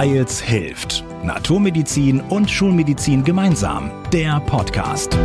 Weils hilft. Naturmedizin und Schulmedizin gemeinsam. Der Podcast.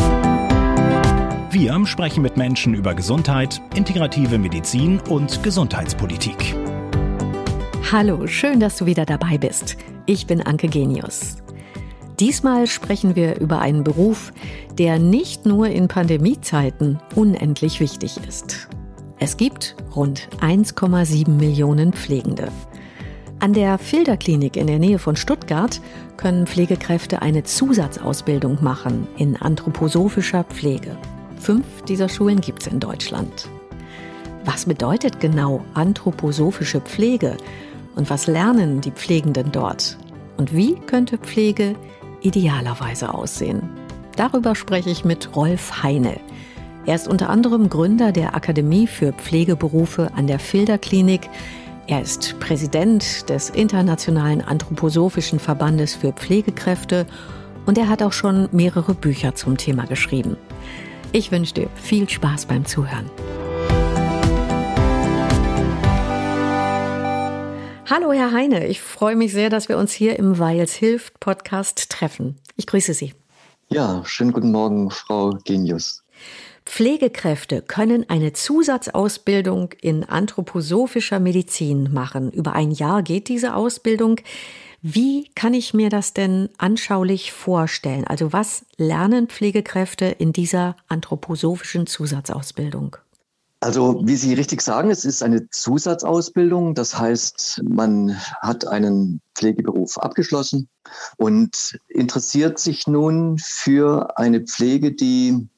Wir sprechen mit Menschen über Gesundheit, integrative Medizin und Gesundheitspolitik. Hallo, schön, dass du wieder dabei bist. Ich bin Anke Genius. Diesmal sprechen wir über einen Beruf, der nicht nur in Pandemiezeiten unendlich wichtig ist. Es gibt rund 1,7 Millionen Pflegende. An der Filder-Klinik in der Nähe von Stuttgart können Pflegekräfte eine Zusatzausbildung machen in anthroposophischer Pflege. 5 dieser Schulen gibt es in Deutschland. Was bedeutet genau anthroposophische Pflege und was lernen die Pflegenden dort? Und wie könnte Pflege idealerweise aussehen? Darüber spreche ich mit Rolf Heine. Er ist unter anderem Gründer der Akademie für Pflegeberufe an der Filder-Klinik. Er ist Präsident des Internationalen Anthroposophischen Verbandes für Pflegekräfte und er hat auch schon mehrere Bücher zum Thema geschrieben. Ich wünsche dir viel Spaß beim Zuhören. Hallo Herr Heine, ich freue mich sehr, dass wir uns hier im Weils hilft Podcast treffen. Ich grüße Sie. Ja, schönen guten Morgen, Frau Genius. Pflegekräfte können eine Zusatzausbildung in anthroposophischer Medizin machen. Über ein Jahr geht diese Ausbildung. Wie kann ich mir das denn anschaulich vorstellen? Also was lernen Pflegekräfte in dieser anthroposophischen Zusatzausbildung? Also wie Sie richtig sagen, es ist eine Zusatzausbildung. Das heißt, man hat einen Pflegeberuf abgeschlossen und interessiert sich nun für eine Pflege, die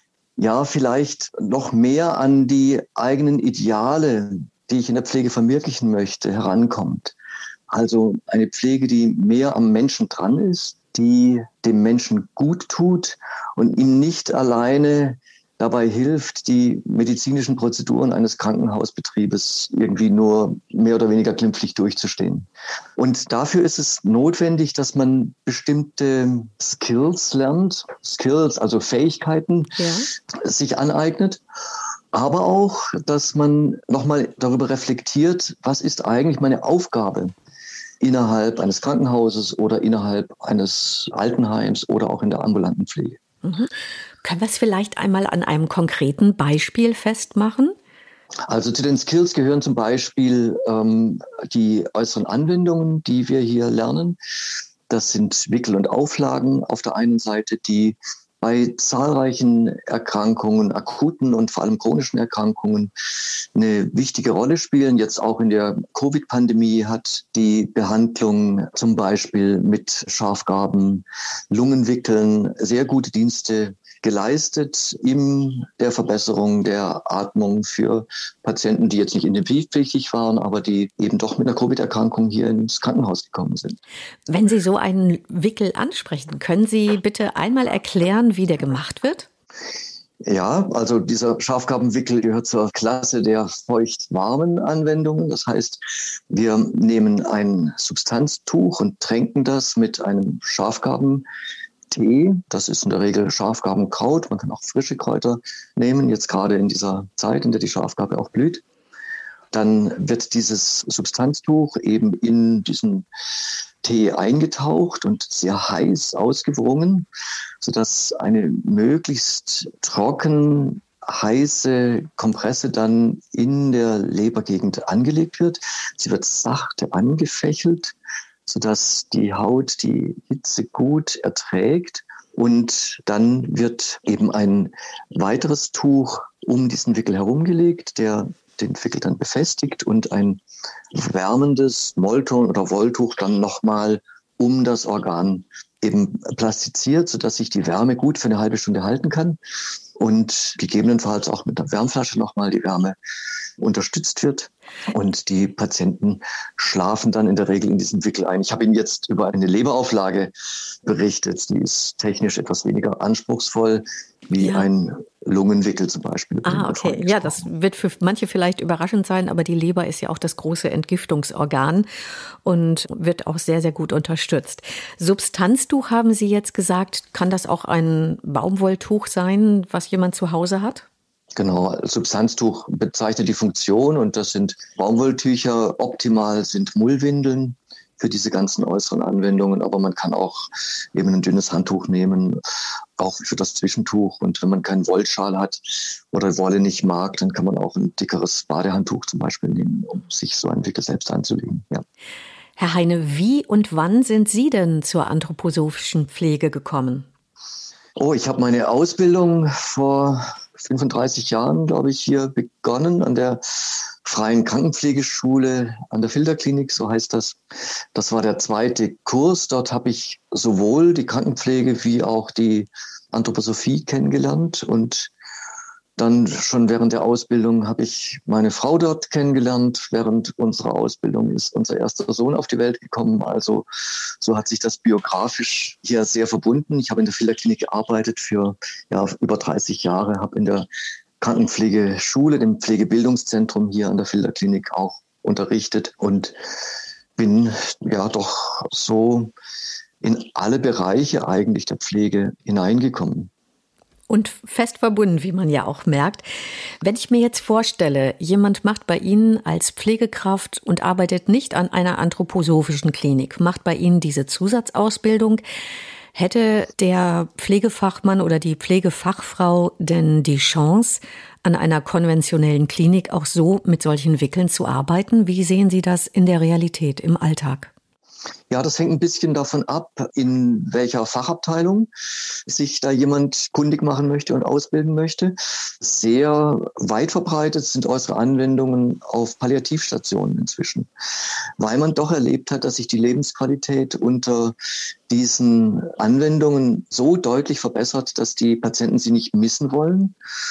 ja vielleicht noch mehr an die eigenen Ideale, die ich in der Pflege verwirklichen möchte, herankommt. Also eine Pflege, die mehr am Menschen dran ist, die dem Menschen gut tut und ihm nicht alleine dabei hilft, die medizinischen Prozeduren eines Krankenhausbetriebes irgendwie nur mehr oder weniger glimpflich durchzustehen. Und dafür ist es notwendig, dass man bestimmte Skills lernt, also Fähigkeiten, sich aneignet. Aber auch, dass man nochmal darüber reflektiert, was ist eigentlich meine Aufgabe innerhalb eines Krankenhauses oder innerhalb eines Altenheims oder auch in der ambulanten Pflege. Mhm. Können wir es vielleicht einmal an einem konkreten Beispiel festmachen? Also zu den Skills gehören zum Beispiel die äußeren Anwendungen, die wir hier lernen. Das sind Wickel und Auflagen auf der einen Seite, die bei zahlreichen Erkrankungen, akuten und vor allem chronischen Erkrankungen eine wichtige Rolle spielen. Jetzt auch in der Covid-Pandemie hat die Behandlung zum Beispiel mit Schafgarben, Lungenwickeln sehr gute Dienste geleistet in der Verbesserung der Atmung für Patienten, die jetzt nicht intensivpflichtig waren, aber die eben doch mit einer Covid-Erkrankung hier ins Krankenhaus gekommen sind. Wenn Sie so einen Wickel ansprechen, können Sie bitte einmal erklären, wie der gemacht wird? Ja, also dieser Schafgarbenwickel gehört zur Klasse der feucht-warmen Anwendungen. Das heißt, wir nehmen ein Substanztuch und tränken das mit einem Schafgarbentee. Das ist in der Regel Schafgarbenkraut. Man kann auch frische Kräuter nehmen, jetzt gerade in dieser Zeit, in der die Schafgarbe auch blüht. Dann wird dieses Substanztuch eben in diesen Tee eingetaucht und sehr heiß ausgewrungen, sodass eine möglichst trocken heiße Kompresse dann in der Lebergegend angelegt wird. Sie wird sachte angefächelt, sodass die Haut die Hitze gut erträgt. Und dann wird eben ein weiteres Tuch um diesen Wickel herumgelegt, der den Wickel dann befestigt und ein wärmendes Mollton oder Wolltuch dann nochmal um das Organ eben plastiziert, sodass sich die Wärme gut für eine halbe Stunde halten kann und gegebenenfalls auch mit einer Wärmflasche nochmal die Wärme unterstützt wird. Und die Patienten schlafen dann in der Regel in diesem Wickel ein. Ich habe Ihnen jetzt über eine Leberauflage berichtet. Die ist technisch etwas weniger anspruchsvoll wie ein Lungenwickel zum Beispiel. Okay. Ja, das wird für manche vielleicht überraschend sein, aber die Leber ist ja auch das große Entgiftungsorgan und wird auch sehr, sehr gut unterstützt. Substanztuch haben Sie jetzt gesagt. Kann das auch ein Baumwolltuch sein, was jemand zu Hause hat? Genau, Substanztuch bezeichnet die Funktion und das sind Baumwolltücher. Optimal sind Mullwindeln, für diese ganzen äußeren Anwendungen. Aber man kann auch eben ein dünnes Handtuch nehmen, auch für das Zwischentuch. Und wenn man keinen Wollschal hat oder Wolle nicht mag, dann kann man auch ein dickeres Badehandtuch zum Beispiel nehmen, um sich so einen Wickel selbst einzulegen. Ja. Herr Heine, wie und wann sind Sie denn zur anthroposophischen Pflege gekommen? Ich habe meine Ausbildung vor 35 Jahren, glaube ich, hier begonnen an der Freien Krankenpflegeschule an der Filderklinik, so heißt das. Das war der zweite Kurs. Dort habe ich sowohl die Krankenpflege wie auch die Anthroposophie kennengelernt. Und dann schon während der Ausbildung habe ich meine Frau dort kennengelernt. Während unserer Ausbildung ist unser erster Sohn auf die Welt gekommen. Also so hat sich das biografisch hier sehr verbunden. Ich habe in der Filderklinik gearbeitet für über 30 Jahre, habe in der Krankenpflegeschule, dem Pflegebildungszentrum hier an der Filderklinik auch unterrichtet und bin doch so in alle Bereiche eigentlich der Pflege hineingekommen. Und fest verbunden, wie man ja auch merkt. Wenn ich mir jetzt vorstelle, jemand macht bei Ihnen als Pflegekraft und arbeitet nicht an einer anthroposophischen Klinik, macht bei Ihnen diese Zusatzausbildung, hätte der Pflegefachmann oder die Pflegefachfrau denn die Chance, an einer konventionellen Klinik auch so mit solchen Wickeln zu arbeiten? Wie sehen Sie das in der Realität, im Alltag? Ja, das hängt ein bisschen davon ab, in welcher Fachabteilung sich da jemand kundig machen möchte und ausbilden möchte. Sehr weit verbreitet sind äußere Anwendungen auf Palliativstationen inzwischen, weil man doch erlebt hat, dass sich die Lebensqualität unter diesen Anwendungen so deutlich verbessert, dass die Patienten sie nicht missen wollen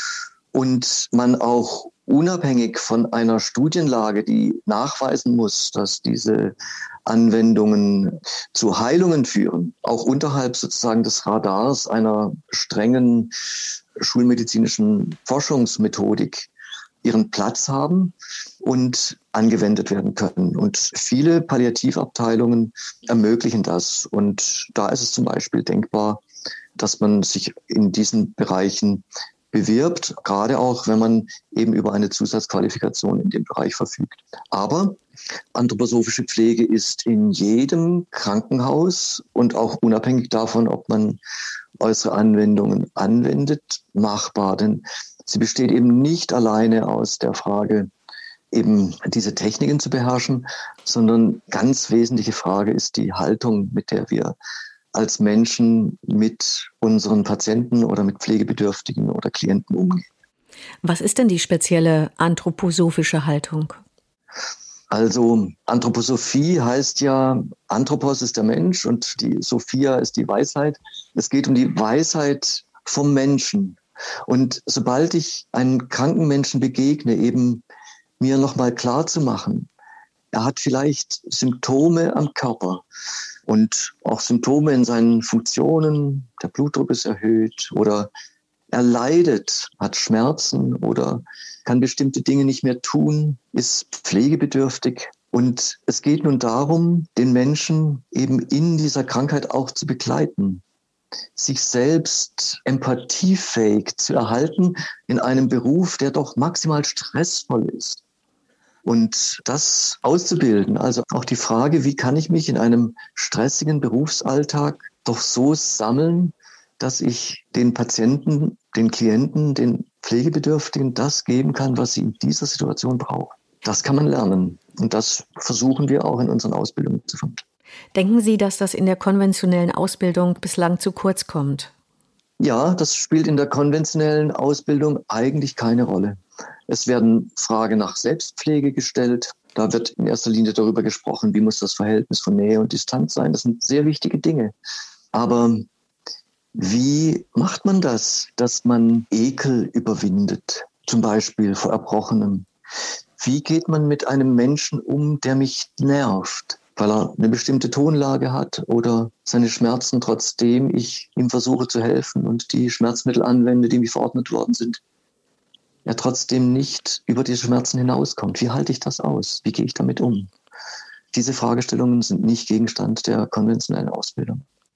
und man auch unabhängig von einer Studienlage, die nachweisen muss, dass diese Anwendungen zu Heilungen führen, auch unterhalb sozusagen des Radars einer strengen schulmedizinischen Forschungsmethodik ihren Platz haben und angewendet werden können. Und viele Palliativabteilungen ermöglichen das. Und da ist es zum Beispiel denkbar, dass man sich in diesen Bereichen bewirbt, gerade auch, wenn man eben über eine Zusatzqualifikation in dem Bereich verfügt. Aber anthroposophische Pflege ist in jedem Krankenhaus und auch unabhängig davon, ob man äußere Anwendungen anwendet, machbar. Denn sie besteht eben nicht alleine aus der Frage, eben diese Techniken zu beherrschen, sondern ganz wesentliche Frage ist die Haltung, mit der wir als Menschen mit unseren Patienten oder mit Pflegebedürftigen oder Klienten umgehen. Was ist denn die spezielle anthroposophische Haltung? Also Anthroposophie heißt ja, Anthropos ist der Mensch und die Sophia ist die Weisheit. Es geht um die Weisheit vom Menschen. Und sobald ich einem kranken Menschen begegne, eben mir nochmal klar zu machen, er hat vielleicht Symptome am Körper und auch Symptome in seinen Funktionen, der Blutdruck ist erhöht oder er leidet, hat Schmerzen oder kann bestimmte Dinge nicht mehr tun, ist pflegebedürftig. Und es geht nun darum, den Menschen eben in dieser Krankheit auch zu begleiten, sich selbst empathiefähig zu erhalten in einem Beruf, der doch maximal stressvoll ist. Und das auszubilden, also auch die Frage, wie kann ich mich in einem stressigen Berufsalltag doch so sammeln, dass ich den Patienten, den Klienten, den Pflegebedürftigen das geben kann, was sie in dieser Situation brauchen. Das kann man lernen. Und das versuchen wir auch in unseren Ausbildungen zu vermitteln. Denken Sie, dass das in der konventionellen Ausbildung bislang zu kurz kommt? Ja, das spielt in der konventionellen Ausbildung eigentlich keine Rolle. Es werden Fragen nach Selbstpflege gestellt. Da wird in erster Linie darüber gesprochen, wie muss das Verhältnis von Nähe und Distanz sein. Das sind sehr wichtige Dinge. Aber wie macht man das, dass man Ekel überwindet, zum Beispiel vor Erbrochenem? Wie geht man mit einem Menschen um, der mich nervt, weil er eine bestimmte Tonlage hat oder seine Schmerzen, trotzdem ich ihm versuche zu helfen und die Schmerzmittel anwende, die mir verordnet worden sind, er trotzdem nicht über diese Schmerzen hinauskommt? Wie halte ich das aus? Wie gehe ich damit um? Diese Fragestellungen sind nicht Gegenstand der konventionellen Ausbildung.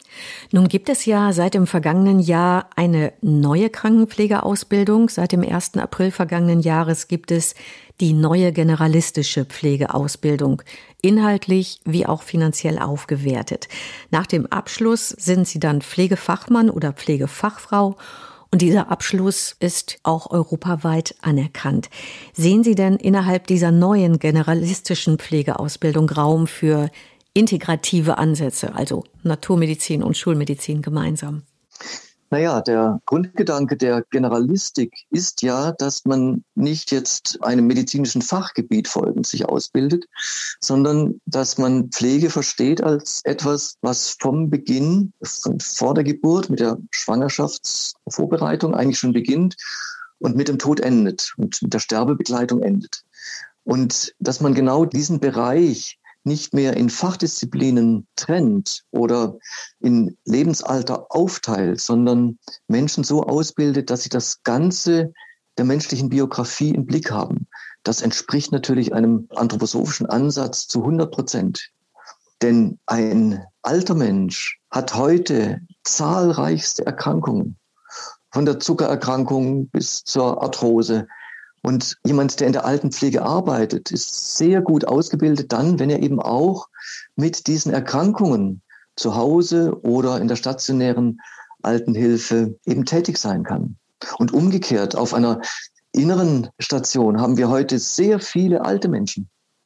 Nun gibt es ja seit dem vergangenen Jahr eine neue Krankenpflegeausbildung. Seit dem 1. April vergangenen Jahres gibt es die neue generalistische Pflegeausbildung, inhaltlich wie auch finanziell aufgewertet. Nach dem Abschluss sind Sie dann Pflegefachmann oder Pflegefachfrau. Und dieser Abschluss ist auch europaweit anerkannt. Sehen Sie denn innerhalb dieser neuen generalistischen Pflegeausbildung Raum für integrative Ansätze, also Naturmedizin und Schulmedizin gemeinsam? Naja, der Grundgedanke der Generalistik ist ja, dass man nicht jetzt einem medizinischen Fachgebiet folgend sich ausbildet, sondern dass man Pflege versteht als etwas, was vom Beginn, vor der Geburt, mit der Schwangerschaftsvorbereitung eigentlich schon beginnt und mit dem Tod endet und mit der Sterbebegleitung endet. Und dass man genau diesen Bereich nicht mehr in Fachdisziplinen trennt oder in Lebensalter aufteilt, sondern Menschen so ausbildet, dass sie das Ganze der menschlichen Biografie im Blick haben. Das entspricht natürlich einem anthroposophischen Ansatz zu 100%. Denn ein alter Mensch hat heute zahlreichste Erkrankungen, von der Zuckererkrankung bis zur Arthrose. Und jemand, der in der Altenpflege arbeitet, ist sehr gut ausgebildet dann, wenn er eben auch mit diesen Erkrankungen zu Hause oder in der stationären Altenhilfe eben tätig sein kann. Und umgekehrt, auf einer inneren Station haben wir heute sehr viele alte Menschen.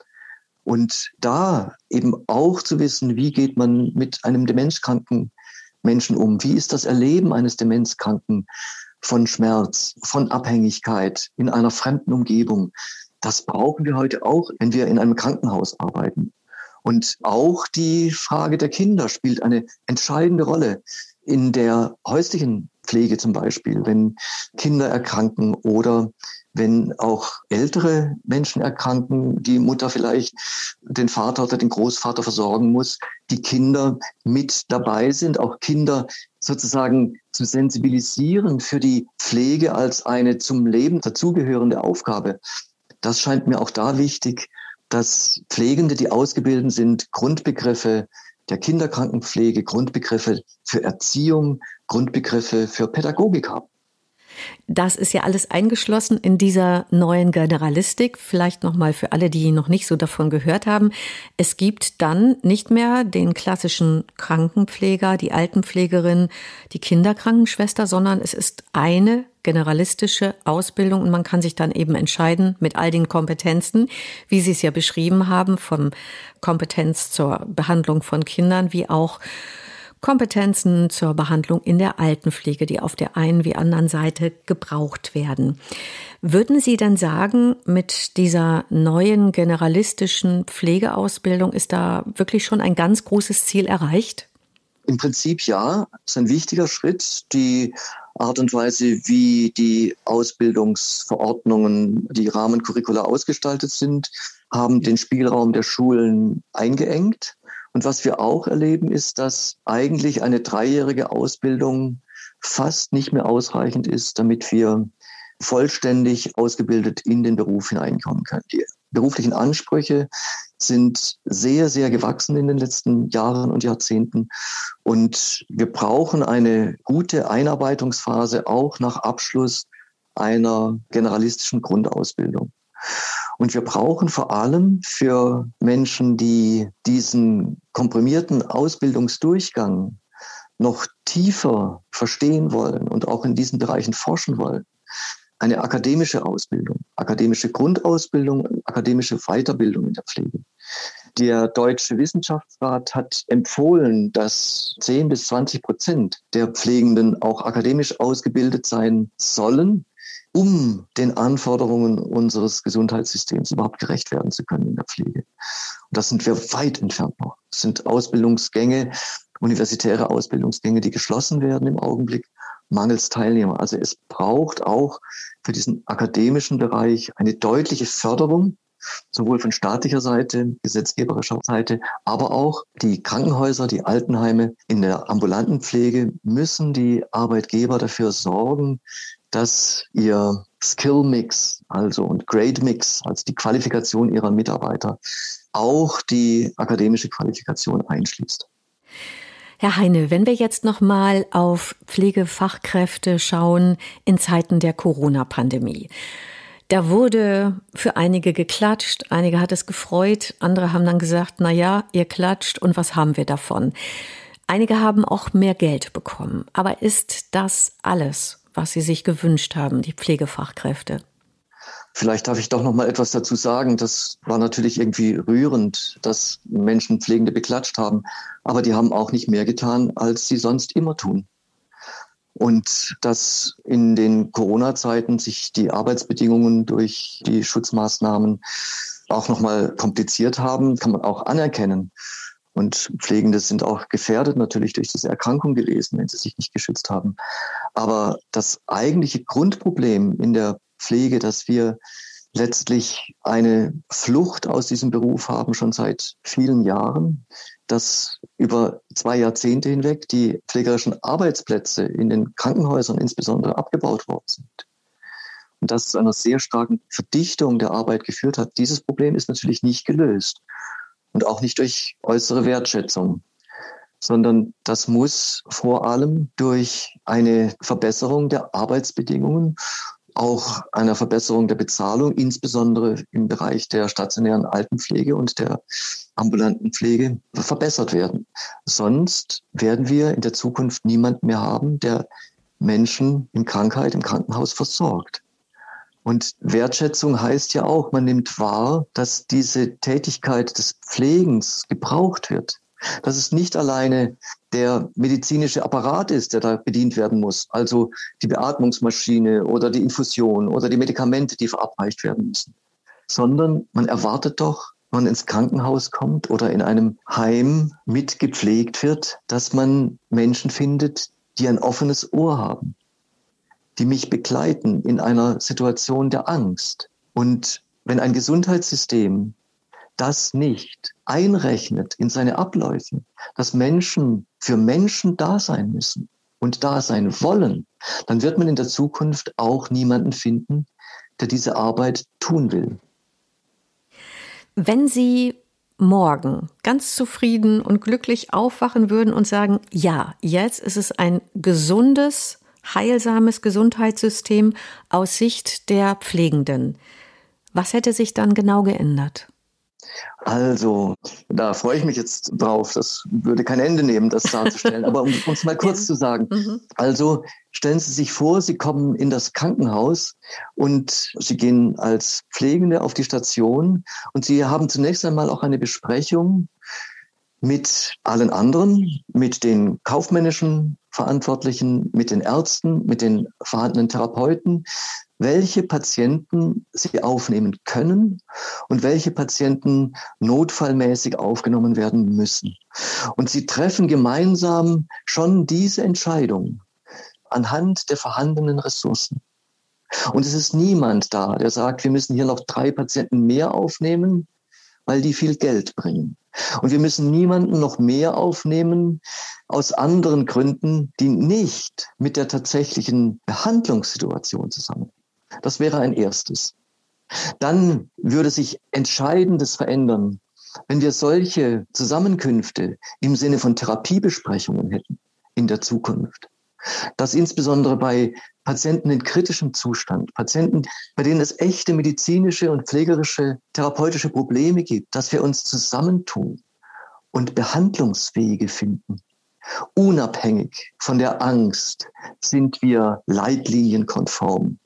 Und da eben auch zu wissen, wie geht man mit einem demenzkranken Menschen um? Wie ist das Erleben eines Demenzkranken? Von Schmerz, von Abhängigkeit in einer fremden Umgebung. Das brauchen wir heute auch, wenn wir in einem Krankenhaus arbeiten. Und auch die Frage der Kinder spielt eine entscheidende Rolle in der häuslichen Pflege zum Beispiel, wenn Kinder erkranken oder wenn auch ältere Menschen erkranken, die Mutter vielleicht den Vater oder den Großvater versorgen muss, die Kinder mit dabei sind, auch Kinder sozusagen zu sensibilisieren für die Pflege als eine zum Leben dazugehörende Aufgabe. Das scheint mir auch da wichtig, dass Pflegende, die ausgebildet sind, Grundbegriffe der Kinderkrankenpflege, Grundbegriffe für Erziehung, Grundbegriffe für Pädagogik haben. Das ist ja alles eingeschlossen in dieser neuen Generalistik. Vielleicht nochmal für alle, die noch nicht so davon gehört haben. Es gibt dann nicht mehr den klassischen Krankenpfleger, die Altenpflegerin, die Kinderkrankenschwester, sondern es ist eine generalistische Ausbildung und man kann sich dann eben entscheiden mit all den Kompetenzen, wie Sie es ja beschrieben haben, von Kompetenz zur Behandlung von Kindern wie auch Kompetenzen zur Behandlung in der Altenpflege, die auf der einen wie anderen Seite gebraucht werden. Würden Sie denn sagen, mit dieser neuen generalistischen Pflegeausbildung ist da wirklich schon ein ganz großes Ziel erreicht? Im Prinzip ja, das ist ein wichtiger Schritt. Die Art und Weise, wie die Ausbildungsverordnungen, die Rahmencurricula ausgestaltet sind, haben den Spielraum der Schulen eingeengt. Und was wir auch erleben, ist, dass eigentlich eine 3-jährige Ausbildung fast nicht mehr ausreichend ist, damit wir vollständig ausgebildet in den Beruf hineinkommen können. Die beruflichen Ansprüche sind sehr, sehr gewachsen in den letzten Jahren und Jahrzehnten. Und wir brauchen eine gute Einarbeitungsphase auch nach Abschluss einer generalistischen Grundausbildung. Und wir brauchen vor allem für Menschen, die diesen komprimierten Ausbildungsdurchgang noch tiefer verstehen wollen und auch in diesen Bereichen forschen wollen, eine akademische Ausbildung, akademische Grundausbildung, akademische Weiterbildung in der Pflege. Der Deutsche Wissenschaftsrat hat empfohlen, dass 10-20% der Pflegenden auch akademisch ausgebildet sein sollen, um den Anforderungen unseres Gesundheitssystems überhaupt gerecht werden zu können in der Pflege. Und das sind wir weit entfernt noch. Das sind Ausbildungsgänge, universitäre Ausbildungsgänge, die geschlossen werden im Augenblick, mangels Teilnehmer. Also es braucht auch für diesen akademischen Bereich eine deutliche Förderung, sowohl von staatlicher Seite, gesetzgeberischer Seite, aber auch die Krankenhäuser, die Altenheime in der ambulanten Pflege müssen die Arbeitgeber dafür sorgen, dass ihr Skill-Mix, also und Grade-Mix, also die Qualifikation ihrer Mitarbeiter, auch die akademische Qualifikation einschließt. Herr Heine, wenn wir jetzt noch mal auf Pflegefachkräfte schauen in Zeiten der Corona-Pandemie. Da wurde für einige geklatscht, einige hat es gefreut, andere haben dann gesagt, na ja, ihr klatscht und was haben wir davon? Einige haben auch mehr Geld bekommen. Aber ist das alles, was Sie sich gewünscht haben, die Pflegefachkräfte? Vielleicht darf ich doch noch mal etwas dazu sagen. Das war natürlich irgendwie rührend, dass Menschen Pflegende beklatscht haben. Aber die haben auch nicht mehr getan, als sie sonst immer tun. Und dass in den Corona-Zeiten sich die Arbeitsbedingungen durch die Schutzmaßnahmen auch noch mal kompliziert haben, kann man auch anerkennen. Und Pflegende sind auch gefährdet natürlich durch diese Erkrankung gewesen, wenn sie sich nicht geschützt haben. Aber das eigentliche Grundproblem in der Pflege, dass wir letztlich eine Flucht aus diesem Beruf haben, schon seit vielen Jahren, dass über 2 Jahrzehnte hinweg die pflegerischen Arbeitsplätze in den Krankenhäusern insbesondere abgebaut worden sind. Und das zu einer sehr starken Verdichtung der Arbeit geführt hat. Dieses Problem ist natürlich nicht gelöst und auch nicht durch äußere Wertschätzung, sondern das muss vor allem durch eine Verbesserung der Arbeitsbedingungen, auch einer Verbesserung der Bezahlung, insbesondere im Bereich der stationären Altenpflege und der ambulanten Pflege, verbessert werden. Sonst werden wir in der Zukunft niemanden mehr haben, der Menschen in Krankheit im Krankenhaus versorgt. Und Wertschätzung heißt ja auch, man nimmt wahr, dass diese Tätigkeit des Pflegens gebraucht wird. Dass es nicht alleine der medizinische Apparat ist, der da bedient werden muss, also die Beatmungsmaschine oder die Infusion oder die Medikamente, die verabreicht werden müssen, sondern man erwartet doch, wenn man ins Krankenhaus kommt oder in einem Heim mitgepflegt wird, dass man Menschen findet, die ein offenes Ohr haben, die mich begleiten in einer Situation der Angst. Und wenn ein Gesundheitssystem das nicht einrechnet in seine Abläufe, dass Menschen für Menschen da sein müssen und da sein wollen, dann wird man in der Zukunft auch niemanden finden, der diese Arbeit tun will. Wenn Sie morgen ganz zufrieden und glücklich aufwachen würden und sagen, ja, jetzt ist es ein gesundes, heilsames Gesundheitssystem aus Sicht der Pflegenden, was hätte sich dann genau geändert? Also, da freue ich mich jetzt drauf. Das würde kein Ende nehmen, das darzustellen. Aber um es mal kurz zu sagen. Also, stellen Sie sich vor, Sie kommen in das Krankenhaus und Sie gehen als Pflegende auf die Station und Sie haben zunächst einmal auch eine Besprechung mit allen anderen, mit den kaufmännischen Verantwortlichen, mit den Ärzten, mit den vorhandenen Therapeuten, welche Patienten sie aufnehmen können und welche Patienten notfallmäßig aufgenommen werden müssen. Und sie treffen gemeinsam schon diese Entscheidung anhand der vorhandenen Ressourcen. Und es ist niemand da, der sagt, wir müssen hier noch 3 Patienten mehr aufnehmen, weil die viel Geld bringen. Und wir müssen niemanden noch mehr aufnehmen aus anderen Gründen, die nicht mit der tatsächlichen Behandlungssituation zusammenhängen. Das wäre ein erstes. Dann würde sich Entscheidendes verändern, wenn wir solche Zusammenkünfte im Sinne von Therapiebesprechungen hätten in der Zukunft. Dass insbesondere bei Patienten in kritischem Zustand, Patienten, bei denen es echte medizinische und pflegerische, therapeutische Probleme gibt, dass wir uns zusammentun und Behandlungswege finden. Unabhängig von der Angst sind wir leitlinienkonform.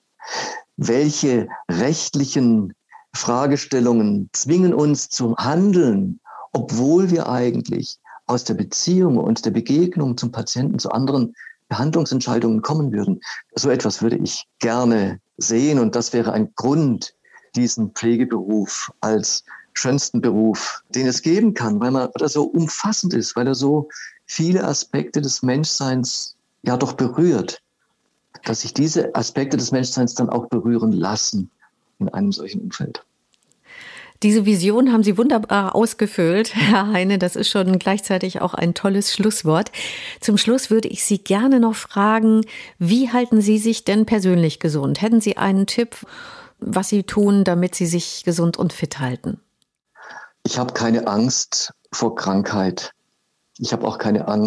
Welche rechtlichen Fragestellungen zwingen uns zum Handeln, obwohl wir eigentlich aus der Beziehung und der Begegnung zum Patienten zu anderen Behandlungsentscheidungen kommen würden? So etwas würde ich gerne sehen und das wäre ein Grund, diesen Pflegeberuf als schönsten Beruf, den es geben kann, weil er so umfassend ist, weil er so viele Aspekte des Menschseins ja doch berührt, dass sich diese Aspekte des Menschseins dann auch berühren lassen in einem solchen Umfeld. Diese Vision haben Sie wunderbar ausgefüllt, Herr Heine. Das ist schon gleichzeitig auch ein tolles Schlusswort. Zum Schluss würde ich Sie gerne noch fragen, wie halten Sie sich denn persönlich gesund? Hätten Sie einen Tipp, was Sie tun, damit Sie sich gesund und fit halten? Ich habe keine Angst vor Krankheit. Ich habe auch keine Angst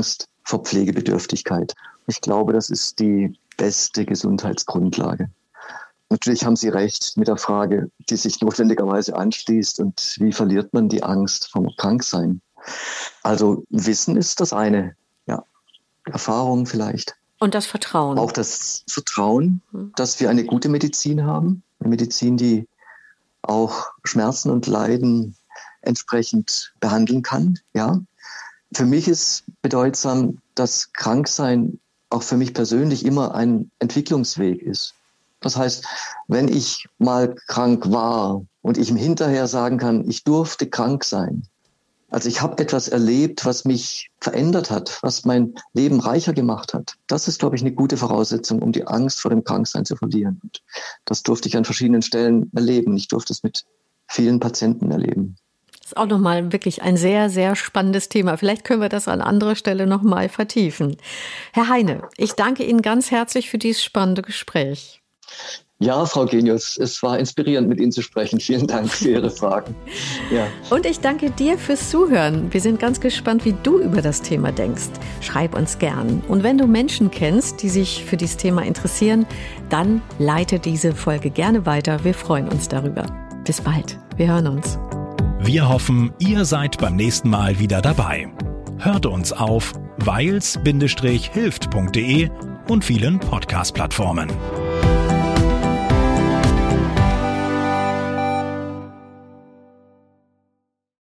vor Pflegebedürftigkeit. Ich glaube, das ist die beste Gesundheitsgrundlage. Natürlich haben Sie recht mit der Frage, die sich notwendigerweise anschließt, und wie verliert man die Angst vom Kranksein? Also Wissen ist das eine, ja, Erfahrung vielleicht. Und das Vertrauen. Auch das Vertrauen, dass wir eine gute Medizin haben, eine Medizin, die auch Schmerzen und Leiden entsprechend behandeln kann, ja. Für mich ist bedeutsam, dass Kranksein auch für mich persönlich immer ein Entwicklungsweg ist. Das heißt, wenn ich mal krank war und ich im Hinterher sagen kann, ich durfte krank sein, also ich habe etwas erlebt, was mich verändert hat, was mein Leben reicher gemacht hat. Das ist, glaube ich, eine gute Voraussetzung, um die Angst vor dem Kranksein zu verlieren. Und das durfte ich an verschiedenen Stellen erleben. Ich durfte es mit vielen Patienten erleben. Das ist auch nochmal wirklich ein sehr, sehr spannendes Thema. Vielleicht können wir das an anderer Stelle nochmal vertiefen. Herr Heine, ich danke Ihnen ganz herzlich für dieses spannende Gespräch. Ja, Frau Genius, es war inspirierend, mit Ihnen zu sprechen. Vielen Dank für Ihre Fragen. Ja. Und ich danke dir fürs Zuhören. Wir sind ganz gespannt, wie du über das Thema denkst. Schreib uns gern. Und wenn du Menschen kennst, die sich für dieses Thema interessieren, dann leite diese Folge gerne weiter. Wir freuen uns darüber. Bis bald. Wir hören uns. Wir hoffen, ihr seid beim nächsten Mal wieder dabei. Hört uns auf weils-hilft.de und vielen Podcast-Plattformen.